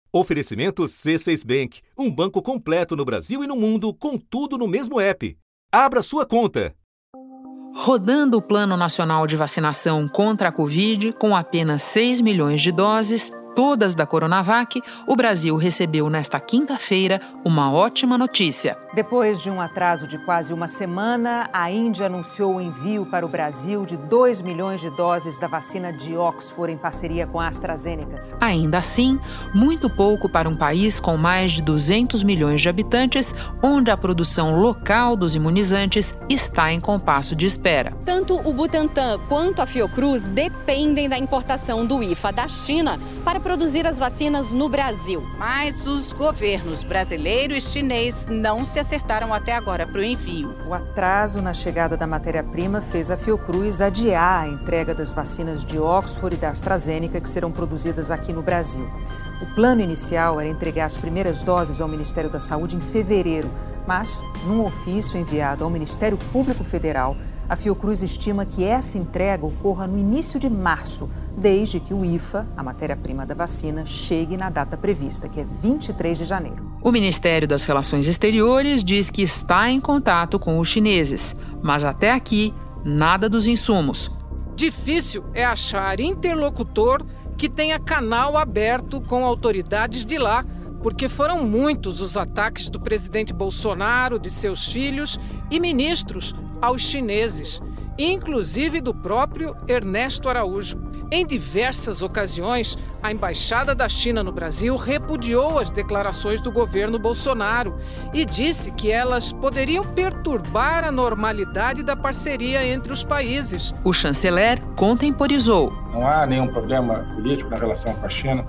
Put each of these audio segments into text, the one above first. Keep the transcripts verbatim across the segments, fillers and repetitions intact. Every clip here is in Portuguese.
Oferecimento C seis Bank, um banco completo no Brasil e no mundo, com tudo no mesmo app. Abra sua conta. Rodando o Plano Nacional de Vacinação contra a Covid, com apenas seis milhões de doses, todas da Coronavac, o Brasil recebeu nesta quinta-feira uma ótima notícia. Depois de um atraso de quase uma semana, a Índia anunciou o envio para o Brasil de dois milhões de doses da vacina de Oxford em parceria com a AstraZeneca. Ainda assim, muito pouco para um país com mais de duzentos milhões de habitantes, onde a produção local dos imunizantes está em compasso de espera. Tanto o Butantan quanto a Fiocruz dependem da importação do I F A da China para produzir as vacinas no Brasil. Mas os governos brasileiro e chinês não se acertaram até agora para o envio. O atraso na chegada da matéria-prima fez a Fiocruz adiar a entrega das vacinas de Oxford e da AstraZeneca que serão produzidas aqui no Brasil. O plano inicial era entregar as primeiras doses ao Ministério da Saúde em fevereiro, mas, num ofício enviado ao Ministério Público Federal, a Fiocruz estima que essa entrega ocorra no início de março, desde que o I F A, a matéria-prima da vacina, chegue na data prevista, que é vinte e três de janeiro. O Ministério das Relações Exteriores diz que está em contato com os chineses, mas até aqui, nada dos insumos. Difícil é achar interlocutor que tenha canal aberto com autoridades de lá, porque foram muitos os ataques do presidente Bolsonaro, de seus filhos e ministros aos chineses, inclusive do próprio Ernesto Araújo. Em diversas ocasiões, a Embaixada da China no Brasil repudiou as declarações do governo Bolsonaro e disse que elas poderiam perturbar a normalidade da parceria entre os países. O chanceler contemporizou. Não há nenhum problema político na relação com a China.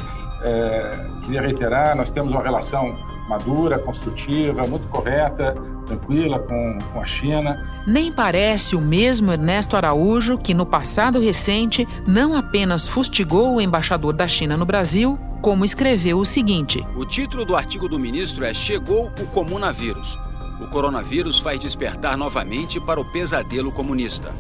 É, queria reiterar, nós temos uma relação madura, construtiva, muito correta, tranquila com, com a China. Nem parece o mesmo Ernesto Araújo que, no passado recente, não apenas fustigou o embaixador da China no Brasil, como escreveu o seguinte: o título do artigo do ministro é Chegou o comunavírus. O coronavírus faz despertar novamente para o pesadelo comunista.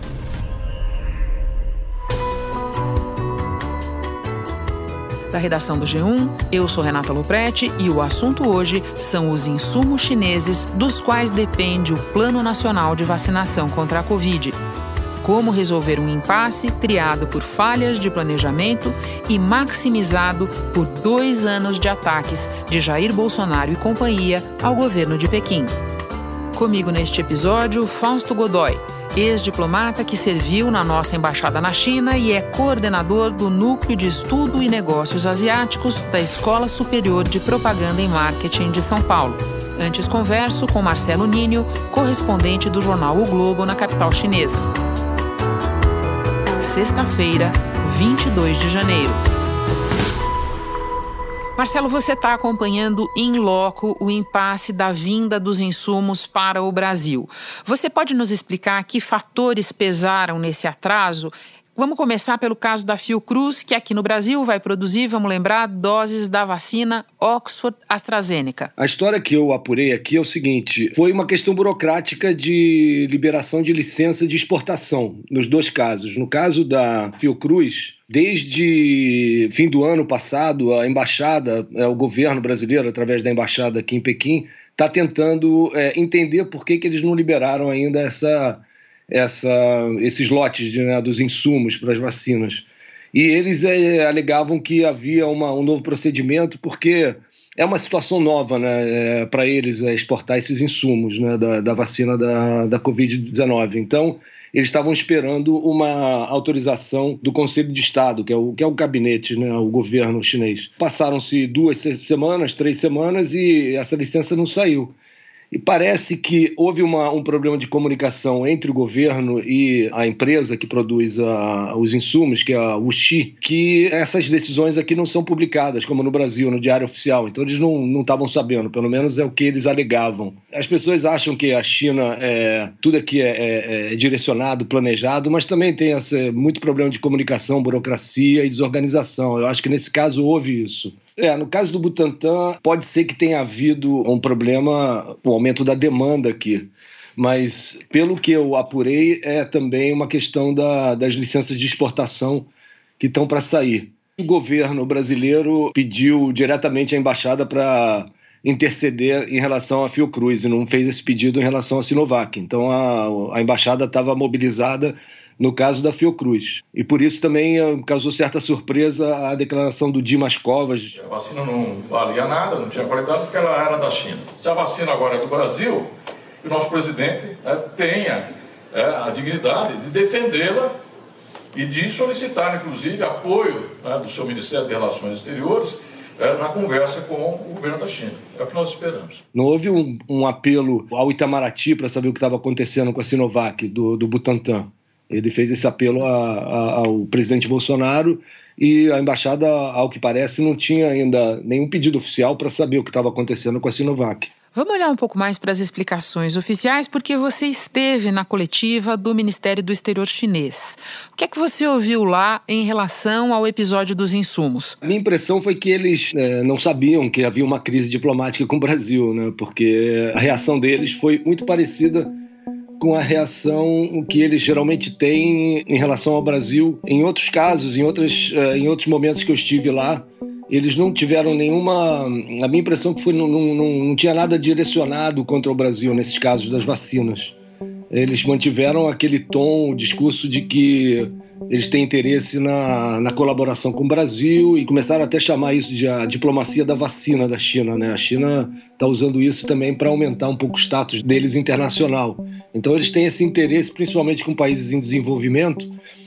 Da redação do G um, eu sou Renata Lopretti e o assunto hoje são os insumos chineses dos quais depende o Plano Nacional de Vacinação contra a Covid. Como resolver um impasse criado por falhas de planejamento e maximizado por dois anos de ataques de Jair Bolsonaro e companhia ao governo de Pequim. Comigo neste episódio, Fausto Godoy, ex-diplomata que serviu na nossa embaixada na China e é coordenador do Núcleo de Estudo e Negócios Asiáticos da Escola Superior de Propaganda e Marketing de São Paulo. Antes converso com Marcelo Ninho, correspondente do jornal O Globo na capital chinesa. Sexta-feira, vinte e dois de janeiro. Marcelo, você está acompanhando in loco o impasse da vinda dos insumos para o Brasil. Você pode nos explicar que fatores pesaram nesse atraso? Vamos começar pelo caso da Fiocruz, que aqui no Brasil vai produzir, vamos lembrar, doses da vacina Oxford AstraZeneca. A história que eu apurei aqui é o seguinte: foi uma questão burocrática de liberação de licença de exportação, nos dois casos. No caso da Fiocruz, desde fim do ano passado, a embaixada, o governo brasileiro, através da embaixada aqui em Pequim, está tentando é, entender por que, que eles não liberaram ainda essa... Essa, esses lotes de, né, dos insumos para as vacinas. E eles é, alegavam que havia uma, um novo procedimento, porque é uma situação nova, né, é, para eles é, exportar esses insumos, né, da, da vacina da, da covid dezenove. Então, eles estavam esperando uma autorização do Conselho de Estado, que é o, que é o gabinete, né, o governo chinês. Passaram-se duas semanas, três semanas, e essa licença não saiu. E parece que houve uma, um problema de comunicação entre o governo e a empresa que produz a, os insumos, que é a WuXi, que essas decisões aqui não são publicadas, como no Brasil, no Diário Oficial. Então eles não estavam sabendo, pelo menos é o que eles alegavam. As pessoas acham que a China, é, tudo aqui é, é, é direcionado, planejado, mas também tem esse, muito problema de comunicação, burocracia e desorganização. Eu acho que nesse caso houve isso. É, no caso do Butantan, pode ser que tenha havido um problema, o aumento da demanda aqui. Mas, pelo que eu apurei, é também uma questão da, das licenças de exportação que estão para sair. O governo brasileiro pediu diretamente à embaixada para interceder em relação à Fiocruz e não fez esse pedido em relação à Sinovac. Então a, a embaixada estava mobilizada no caso da Fiocruz. E por isso também causou certa surpresa a declaração do Dimas Covas. A vacina não valia nada, não tinha qualidade porque ela era da China. Se a vacina agora é do Brasil, o nosso presidente né, tenha é, a dignidade de defendê-la e de solicitar, inclusive, apoio né, do seu Ministério de Relações Exteriores é, na conversa com o governo da China. É o que nós esperamos. Não houve um, um apelo ao Itamaraty para saber o que estava acontecendo com a Sinovac, do, do Butantan. Ele fez esse apelo a, a, ao presidente Bolsonaro e a embaixada, ao que parece, não tinha ainda nenhum pedido oficial para saber o que estava acontecendo com a Sinovac. Vamos olhar um pouco mais para as explicações oficiais, porque você esteve na coletiva do Ministério do Exterior chinês. O que é que você ouviu lá em relação ao episódio dos insumos? A minha impressão foi que eles é, não sabiam que havia uma crise diplomática com o Brasil, né? Porque a reação deles foi muito parecida com a reação que eles geralmente têm em relação ao Brasil. Em outros casos, em, outras, em outros momentos que eu estive lá, eles não tiveram nenhuma... A minha impressão que foi não, não, não tinha nada direcionado contra o Brasil nesses casos das vacinas. Eles mantiveram aquele tom, o discurso de que eles têm interesse na, na colaboração com o Brasil e começaram até a chamar isso de a diplomacia da vacina da China, né? A China está usando isso também para aumentar um pouco o status deles internacional. Então eles têm esse interesse, principalmente com países em desenvolvimento,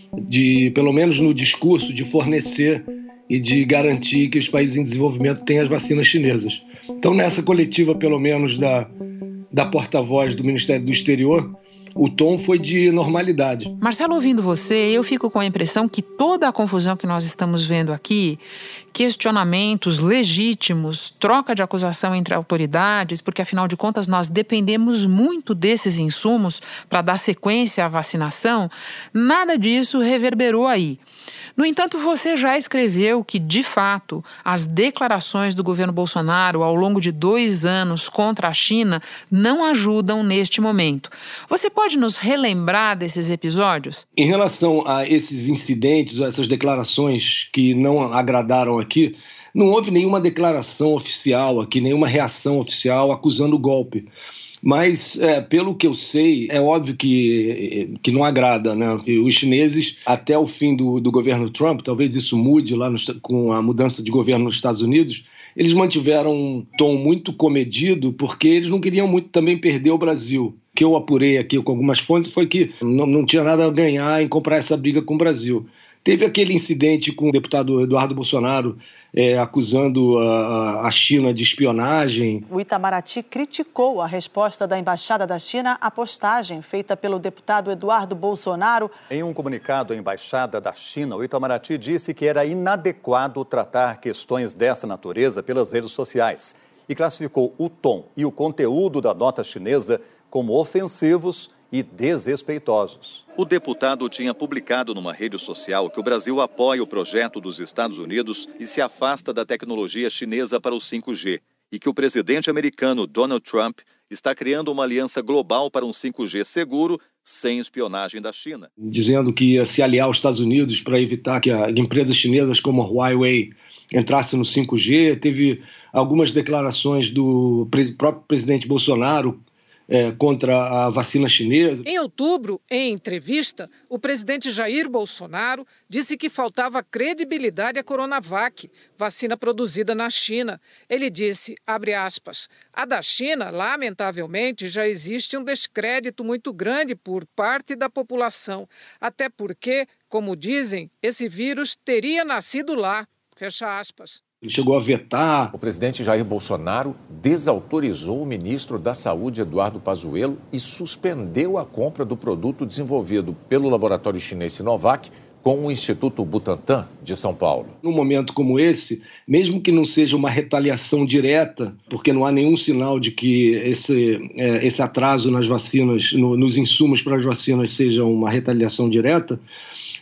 de, pelo menos no discurso, de fornecer e de garantir que os países em desenvolvimento tenham as vacinas chinesas. Então nessa coletiva, pelo menos da, da porta-voz do Ministério do Exterior, o tom foi de normalidade. Marcelo, ouvindo você, eu fico com a impressão que toda a confusão que nós estamos vendo aqui, questionamentos legítimos, troca de acusação entre autoridades, porque afinal de contas nós dependemos muito desses insumos para dar sequência à vacinação, nada disso reverberou aí. No entanto, você já escreveu que, de fato, as declarações do governo Bolsonaro ao longo de dois anos contra a China não ajudam neste momento. Você pode nos relembrar desses episódios? Em relação a esses incidentes, a essas declarações que não agradaram aqui, não houve nenhuma declaração oficial aqui, nenhuma reação oficial acusando o golpe. Mas, é, pelo que eu sei, é óbvio que, que não agrada, né? Os chineses, até o fim do, do governo Trump, talvez isso mude lá no, com a mudança de governo nos Estados Unidos, eles mantiveram um tom muito comedido porque eles não queriam muito também perder o Brasil. O que eu apurei aqui com algumas fontes foi que não, não tinha nada a ganhar em comprar essa briga com o Brasil. Teve aquele incidente com o deputado Eduardo Bolsonaro é, acusando a, a China de espionagem. O Itamaraty criticou a resposta da Embaixada da China à postagem feita pelo deputado Eduardo Bolsonaro. Em um comunicado à Embaixada da China, o Itamaraty disse que era inadequado tratar questões dessa natureza pelas redes sociais e classificou o tom e o conteúdo da nota chinesa como ofensivos e desrespeitosos. O deputado tinha publicado numa rede social que o Brasil apoia o projeto dos Estados Unidos e se afasta da tecnologia chinesa para o cinco G, e que o presidente americano Donald Trump está criando uma aliança global para um cinco G seguro, sem espionagem da China. Dizendo que ia se aliar aos Estados Unidos para evitar que a, empresas chinesas como a Huawei entrassem no cinco G. Teve algumas declarações do pre- próprio presidente Bolsonaro É, contra a vacina chinesa. Em outubro, em entrevista, o presidente Jair Bolsonaro disse que faltava credibilidade à Coronavac, vacina produzida na China. Ele disse, abre aspas, a da China, lamentavelmente, já existe um descrédito muito grande por parte da população, até porque, como dizem, esse vírus teria nascido lá, fecha aspas. Ele chegou a vetar. O presidente Jair Bolsonaro desautorizou o ministro da Saúde, Eduardo Pazuello, e suspendeu a compra do produto desenvolvido pelo laboratório chinês Sinovac com o Instituto Butantan de São Paulo. Num momento como esse, mesmo que não seja uma retaliação direta, porque não há nenhum sinal de que esse, é, esse atraso nas vacinas, no, nos insumos para as vacinas seja uma retaliação direta,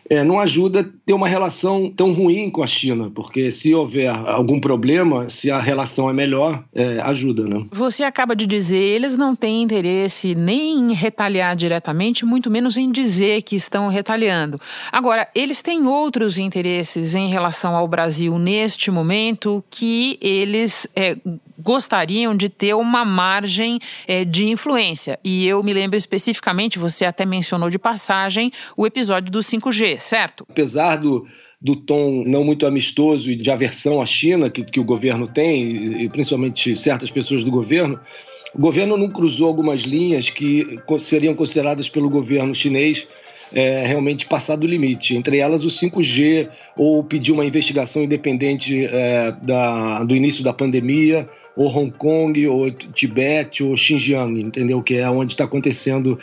é, não ajuda a ter uma relação tão ruim com a China, porque se houver algum problema, se a relação é melhor, é, ajuda, né? Você acaba de dizer, eles não têm interesse nem em retaliar diretamente, muito menos em dizer que estão retaliando. Agora, eles têm outros interesses em relação ao Brasil neste momento que eles é, gostariam de ter uma margem é, de influência. E eu me lembro especificamente, você até mencionou de passagem, o episódio do cinco G, certo? Apesar do, do tom não muito amistoso e de aversão à China que, que o governo tem, e principalmente certas pessoas do governo, o governo não cruzou algumas linhas que seriam consideradas pelo governo chinês é, realmente passar do limite. Entre elas o cinco G, ou pedir uma investigação independente é, da, do início da pandemia, ou Hong Kong, ou Tibete, ou Xinjiang, entendeu? Que é onde está acontecendo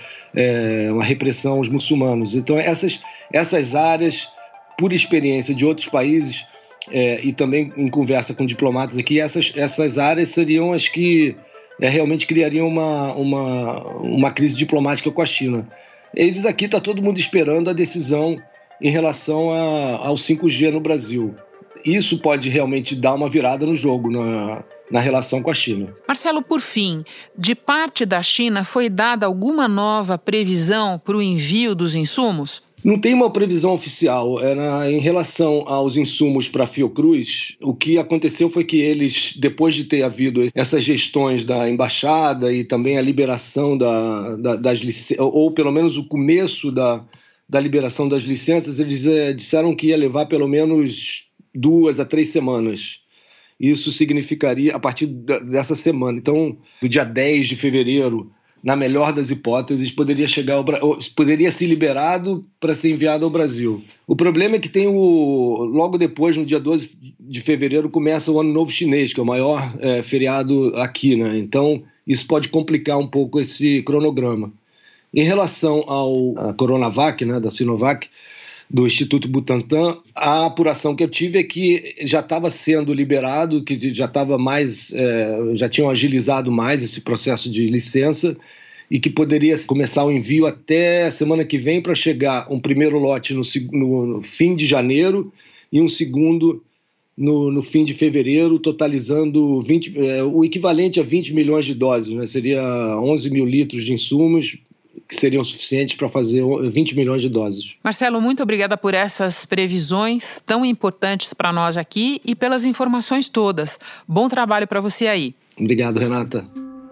é, uma repressão aos muçulmanos. Então essas, essas áreas, por experiência de outros países, é, e também em conversa com diplomatas aqui, essas, essas áreas seriam as que é, realmente criariam uma, uma, uma crise diplomática com a China. Eles aqui, está todo mundo esperando a decisão em relação a, ao cinco G no Brasil. Isso pode realmente dar uma virada no jogo, na, na relação com a China. Marcelo, por fim, de parte da China foi dada alguma nova previsão para o envio dos insumos? Não tem uma previsão oficial. Era em relação aos insumos para a Fiocruz, o que aconteceu foi que eles, depois de ter havido essas gestões da embaixada e também a liberação da, da, das licenças, ou pelo menos o começo da, da liberação das licenças, eles é, disseram que ia levar pelo menos duas a três semanas. Isso significaria a partir dessa semana. Então, no dia dez de fevereiro, na melhor das hipóteses, poderia chegar ao, poderia ser liberado para ser enviado ao Brasil. O problema é que tem o logo depois, no dia doze de fevereiro, começa o Ano Novo Chinês, que é o maior é, feriado aqui, né? Então, isso pode complicar um pouco esse cronograma. Em relação ao a Coronavac, né, da Sinovac, do Instituto Butantan, a apuração que eu tive é que já estava sendo liberado, que já estava mais, é, já tinham agilizado mais esse processo de licença e que poderia começar o envio até a semana que vem para chegar um primeiro lote no, no, no fim de janeiro e um segundo no, no fim de fevereiro, totalizando vinte, é, o equivalente a vinte milhões de doses, né? Seria onze mil litros de insumos, que seriam suficientes para fazer vinte milhões de doses. Marcelo, muito obrigada por essas previsões tão importantes para nós aqui e pelas informações todas. Bom trabalho para você aí. Obrigado, Renata.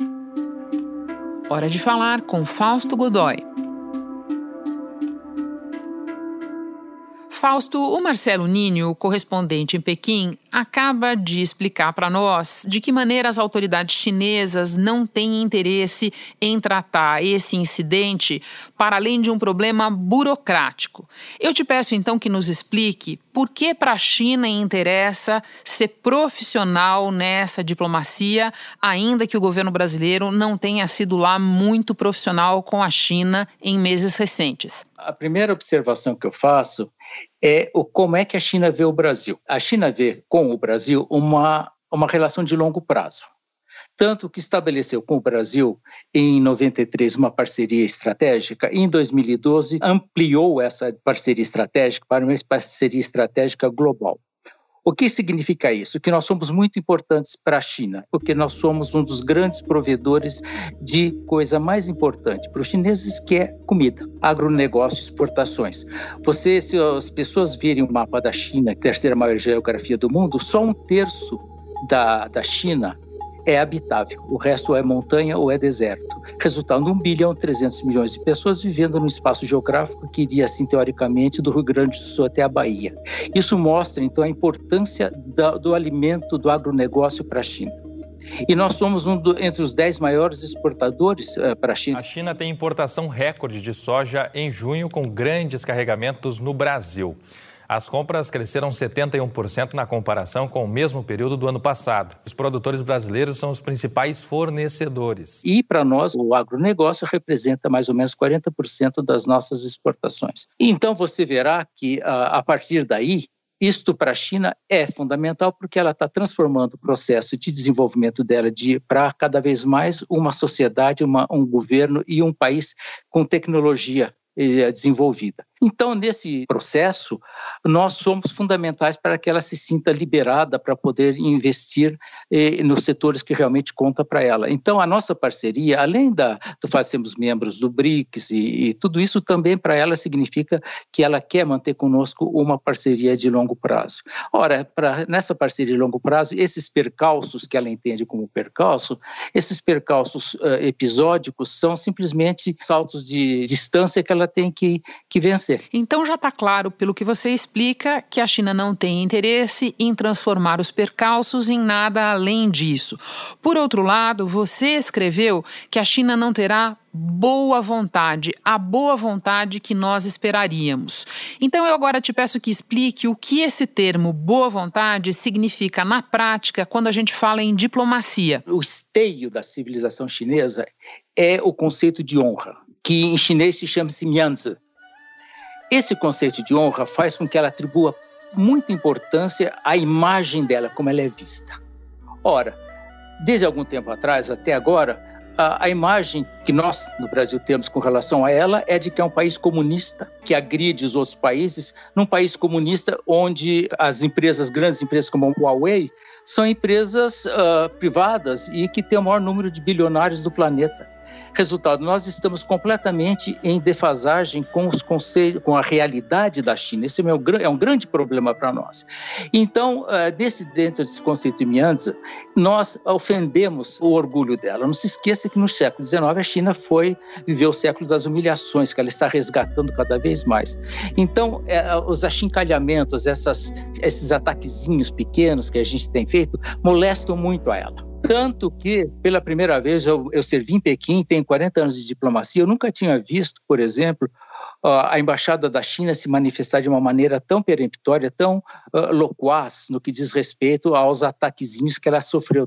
Hora de falar com Fausto Godoy. Fausto, o Marcelo Ninho, correspondente em Pequim, acaba de explicar para nós de que maneira as autoridades chinesas não têm interesse em tratar esse incidente para além de um problema burocrático. Eu te peço então que nos explique por que para a China interessa ser profissional nessa diplomacia, ainda que o governo brasileiro não tenha sido lá muito profissional com a China em meses recentes. A primeira observação que eu faço é o, como é que a China vê o Brasil. A China vê com o Brasil uma, uma relação de longo prazo. Tanto que estabeleceu com o Brasil, em noventa e três, uma parceria estratégica, e em dois mil e doze ampliou essa parceria estratégica para uma parceria estratégica global. O que significa isso? Que nós somos muito importantes para a China, porque nós somos um dos grandes provedores de coisa mais importante para os chineses, que é comida, agronegócio, exportações. Você, se as pessoas virem o mapa da China, terceira maior geografia do mundo, só um terço da, da China é habitável, o resto é montanha ou é deserto, resultando de um bilhão e trezentos milhões de pessoas vivendo num espaço geográfico que iria, assim, teoricamente, do Rio Grande do Sul até a Bahia. Isso mostra, então, a importância do, do alimento, do agronegócio para a China. E nós somos um do, entre os dez maiores exportadores uh, para a China. A China tem importação recorde de soja em junho, com grandes carregamentos no Brasil. As compras cresceram setenta e um por cento na comparação com o mesmo período do ano passado. Os produtores brasileiros são os principais fornecedores. E para nós, o agronegócio representa mais ou menos quarenta por cento das nossas exportações. Então você verá que a partir daí, isto para a China é fundamental, porque ela está transformando o processo de desenvolvimento dela de, para cada vez mais uma sociedade, uma, um governo e um país com tecnologia desenvolvida. Então, nesse processo, nós somos fundamentais para que ela se sinta liberada para poder investir eh, nos setores que realmente conta para ela. Então, a nossa parceria, além da, de fazermos membros do BRICS e, e tudo isso também para ela significa que ela quer manter conosco uma parceria de longo prazo. Ora, pra, nessa parceria de longo prazo, esses percalços que ela entende como percalço, esses percalços uh, episódicos são simplesmente saltos de distância que ela tem que, que vencer. Então já está claro, pelo que você explica, que a China não tem interesse em transformar os percalços em nada além disso. Por outro lado, você escreveu que a China não terá boa vontade, a boa vontade que nós esperaríamos. Então eu agora te peço que explique o que esse termo boa vontade significa na prática quando a gente fala em diplomacia. O esteio da civilização chinesa é o conceito de honra, que em chinês se chama-se mianzi. Esse conceito de honra faz com que ela atribua muita importância à imagem dela, como ela é vista. Ora, desde algum tempo atrás até agora, a, a imagem que nós no Brasil temos com relação a ela é de que é um país comunista, que agride os outros países, num país comunista onde as empresas, grandes empresas como a Huawei, são empresas uh, privadas e que têm o maior número de bilionários do planeta. Resultado, nós estamos completamente em defasagem com os conceitos, com a realidade da China. Isso é um, é um grande problema para nós. Então, desse, dentro desse conceito de mianzi, nós ofendemos o orgulho dela. Não se esqueça que no século dezenove a China foi viver o século das humilhações, que ela está resgatando cada vez mais. Então, é, os achincalhamentos, essas, esses ataquezinhos pequenos que a gente tem feito, molestam muito a ela. Tanto que, pela primeira vez, eu, eu servi em Pequim, tenho quarenta anos de diplomacia, eu nunca tinha visto, por exemplo, a Embaixada da China se manifestar de uma maneira tão peremptória, tão uh, loquaz, no que diz respeito aos ataquezinhos que ela sofreu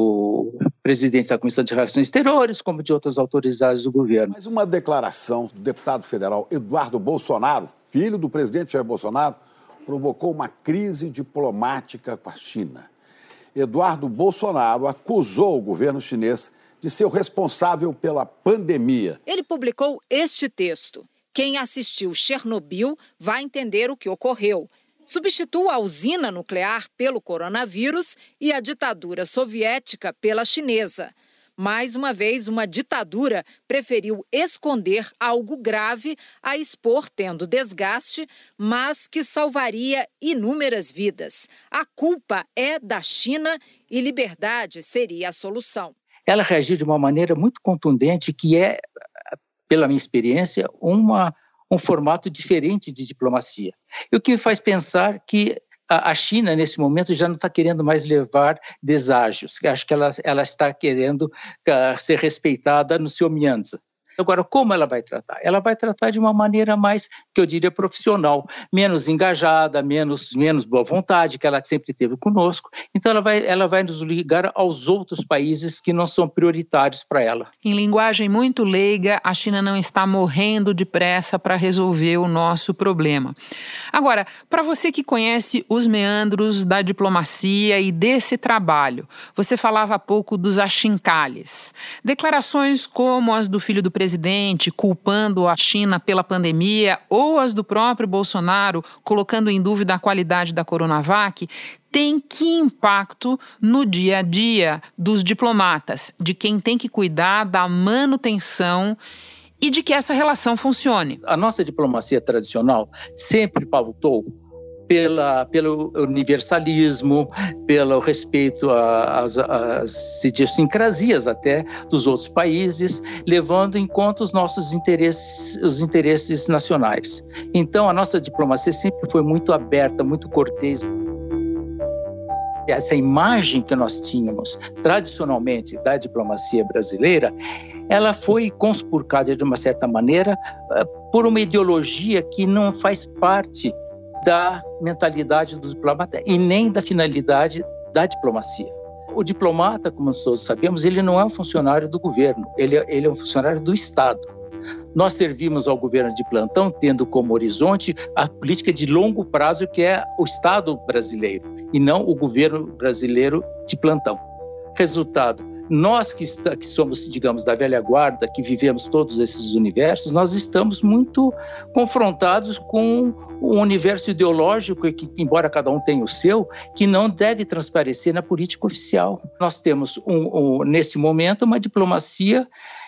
do presidente da Comissão de Relações Exteriores, como de outras autoridades do governo. Mas uma declaração do deputado federal Eduardo Bolsonaro, filho do presidente Jair Bolsonaro, provocou uma crise diplomática com a China. Eduardo Bolsonaro acusou o governo chinês de ser o responsável pela pandemia. Ele publicou este texto. Quem assistiu Chernobyl vai entender o que ocorreu. Substitua a usina nuclear pelo coronavírus e a ditadura soviética pela chinesa. Mais uma vez, uma ditadura preferiu esconder algo grave a expor tendo desgaste, mas que salvaria inúmeras vidas. A culpa é da China e liberdade seria a solução. Ela reagiu de uma maneira muito contundente, que é, pela minha experiência, uma, um formato diferente de diplomacia. E o que me faz pensar que a China, nesse momento, já não está querendo mais levar deságios. Acho que ela, ela está querendo uh, ser respeitada no seu mianzi. Agora, como ela vai tratar? Ela vai tratar de uma maneira mais, que eu diria, profissional, menos engajada, menos, menos boa vontade, que ela sempre teve conosco. Então, ela vai, ela vai nos ligar aos outros países que não são prioritários para ela. Em linguagem muito leiga, a China não está morrendo de pressa para resolver o nosso problema. Agora, para você que conhece os meandros da diplomacia e desse trabalho, você falava há pouco dos achincalhes. Declarações como as do filho do presidente, culpando a China pela pandemia, ou as do próprio Bolsonaro, colocando em dúvida a qualidade da Coronavac, tem que impacto no dia a dia dos diplomatas, de quem tem que cuidar da manutenção e de que essa relação funcione. A nossa diplomacia tradicional sempre pautou Pela, pelo universalismo, pelo respeito às, às idiosincrasias até dos outros países, levando em conta os nossos interesses, os interesses nacionais. Então, a nossa diplomacia sempre foi muito aberta, muito cortês. Essa imagem que nós tínhamos tradicionalmente da diplomacia brasileira, ela foi conspurcada de uma certa maneira por uma ideologia que não faz parte da mentalidade do diplomata e nem da finalidade da diplomacia. O diplomata, como todos sabemos, ele não é um funcionário do governo, ele é, ele é um funcionário do Estado. Nós servimos ao governo de plantão, tendo como horizonte a política de longo prazo, que é o Estado brasileiro, e não o governo brasileiro de plantão. Resultado, Nós que, está, que somos, digamos, da velha guarda, que vivemos todos esses universos, nós estamos muito confrontados com um universo ideológico que, embora cada um tenha o seu, que não deve transparecer na política oficial. Nós temos, um, um, nesse momento, uma diplomacia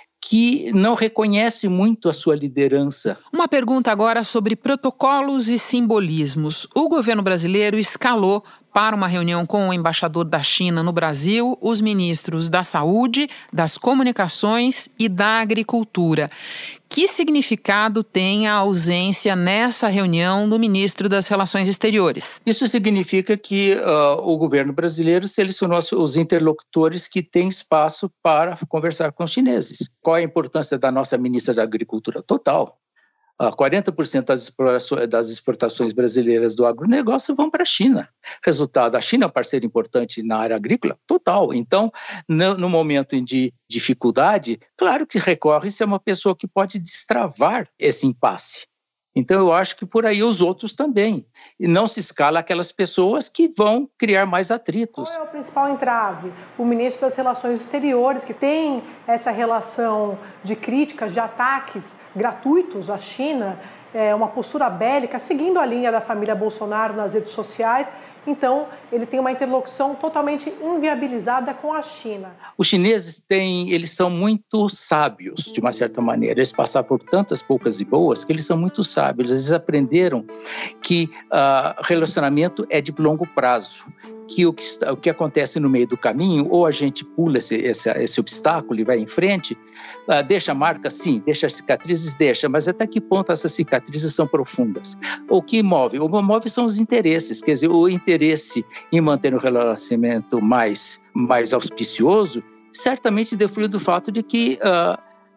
que não reconhece muito a sua liderança. Uma pergunta agora sobre protocolos e simbolismos. O governo brasileiro escalou para uma reunião com o embaixador da China no Brasil, os ministros da Saúde, das Comunicações e da Agricultura. Que significado tem a ausência nessa reunião do ministro das Relações Exteriores? Isso significa que uh, o governo brasileiro selecionou os interlocutores que têm espaço para conversar com os chineses. Qual a importância da nossa ministra da Agricultura? Total. quarenta por cento das exportações brasileiras do agronegócio vão para a China. Resultado, a China é um parceiro importante na área agrícola? Total. Então, no, no momento de dificuldade, claro que recorre-se a uma pessoa que pode destravar esse impasse. Então, eu acho que por aí os outros também. E não se escala aquelas pessoas que vão criar mais atritos. Qual é o principal entrave? O ministro das Relações Exteriores, que tem essa relação de críticas, de ataques gratuitos à China, é uma postura bélica, seguindo a linha da família Bolsonaro nas redes sociais. Então, ele tem uma interlocução totalmente inviabilizada com a China. Os chineses têm, eles são muito sábios, de uma certa maneira. Eles passaram por tantas poucas e boas que eles são muito sábios. Eles aprenderam que uh, relacionamento é de longo prazo. Que o, que o que acontece no meio do caminho, ou a gente pula esse, esse, esse obstáculo e vai em frente, uh, deixa marca, sim, deixa cicatrizes, deixa, mas até que ponto essas cicatrizes são profundas? O que move? O que move são os interesses, quer dizer, o interesse em manter um relacionamento mais, mais auspicioso, certamente deflui do fato de que uh,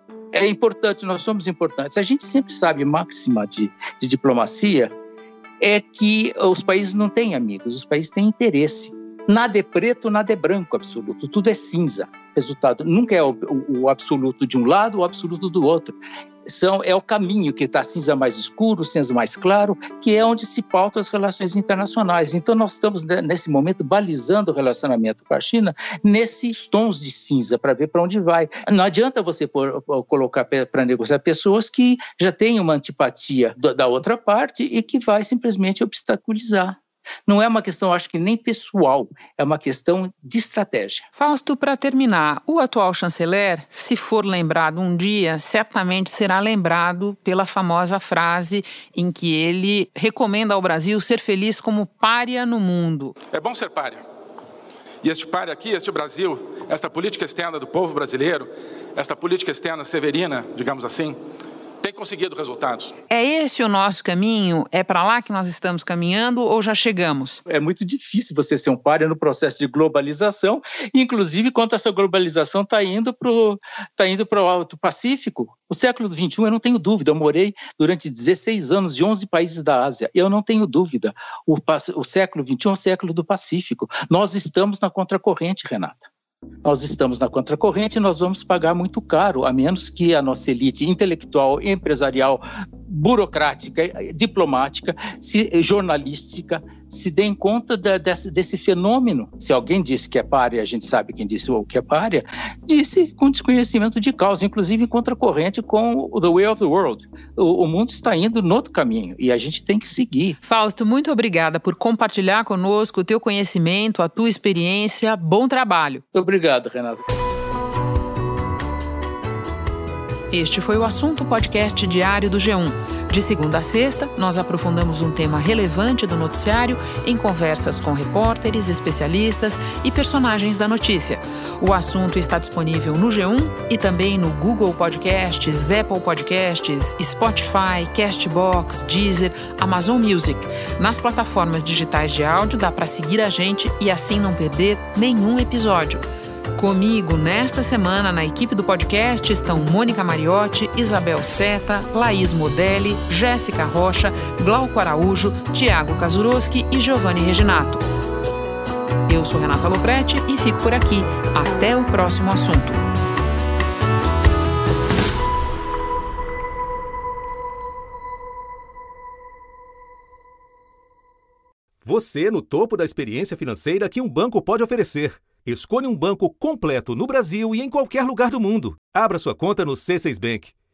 é importante, nós somos importantes. A gente sempre sabe, máxima de, de diplomacia, é que os países não têm amigos, os países têm interesse. Nada é preto, nada é branco absoluto, tudo é cinza. Resultado, nunca é o, o, o absoluto de um lado ou o absoluto do outro. São, é o caminho que está cinza mais escuro, cinza mais claro, que é onde se pautam as relações internacionais. Então nós estamos, nesse momento, balizando o relacionamento com a China nesses tons de cinza, para ver para onde vai. Não adianta você por, por, colocar para negociar pessoas que já têm uma antipatia da, da outra parte e que vai simplesmente obstaculizar. Não é uma questão, acho que nem pessoal, é uma questão de estratégia. Fausto, para terminar, o atual chanceler, se for lembrado um dia, certamente será lembrado pela famosa frase em que ele recomenda ao Brasil ser feliz como pária no mundo. É bom ser pária. E este pária aqui, este Brasil, esta política externa do povo brasileiro, esta política externa severina, digamos assim, tem conseguido resultados. É esse o nosso caminho? É para lá que nós estamos caminhando ou já chegamos? É muito difícil você ser um pária no processo de globalização, inclusive quando essa globalização está indo para o tá indo para o Alto Pacífico. O século vinte e um, eu não tenho dúvida, eu morei durante dezesseis anos em onze países da Ásia, eu não tenho dúvida. O, o século vinte e um é o século do Pacífico. Nós estamos na contracorrente, Renata. Nós estamos na contracorrente e nós vamos pagar muito caro, a menos que a nossa elite intelectual, empresarial, burocrática, diplomática, se, jornalística, se deem conta da, desse, desse fenômeno. Se alguém disse que é pária, a gente sabe quem disse o que é pária, disse com desconhecimento de causa, inclusive em contracorrente com o The Way of the World. O, o mundo está indo no outro caminho e a gente tem que seguir. Fausto, muito obrigada por compartilhar conosco o teu conhecimento, a tua experiência. Bom trabalho. Muito obrigado, Renata. Este foi o Assunto Podcast Diário do G um. De segunda a sexta, nós aprofundamos um tema relevante do noticiário em conversas com repórteres, especialistas e personagens da notícia. O assunto está disponível no G um e também no Google Podcasts, Apple Podcasts, Spotify, Castbox, Deezer, Amazon Music. Nas plataformas digitais de áudio dá para seguir a gente e assim não perder nenhum episódio. Comigo nesta semana na equipe do podcast estão Mônica Mariotti, Isabel Seta, Laís Modelli, Jéssica Rocha, Glauco Araújo, Tiago Kazuroski e Giovanni Reginato. Eu sou Renata Lopretti e fico por aqui. Até o próximo assunto. Você no topo da experiência financeira que um banco pode oferecer. Escolha um banco completo no Brasil e em qualquer lugar do mundo. Abra sua conta no C seis Bank.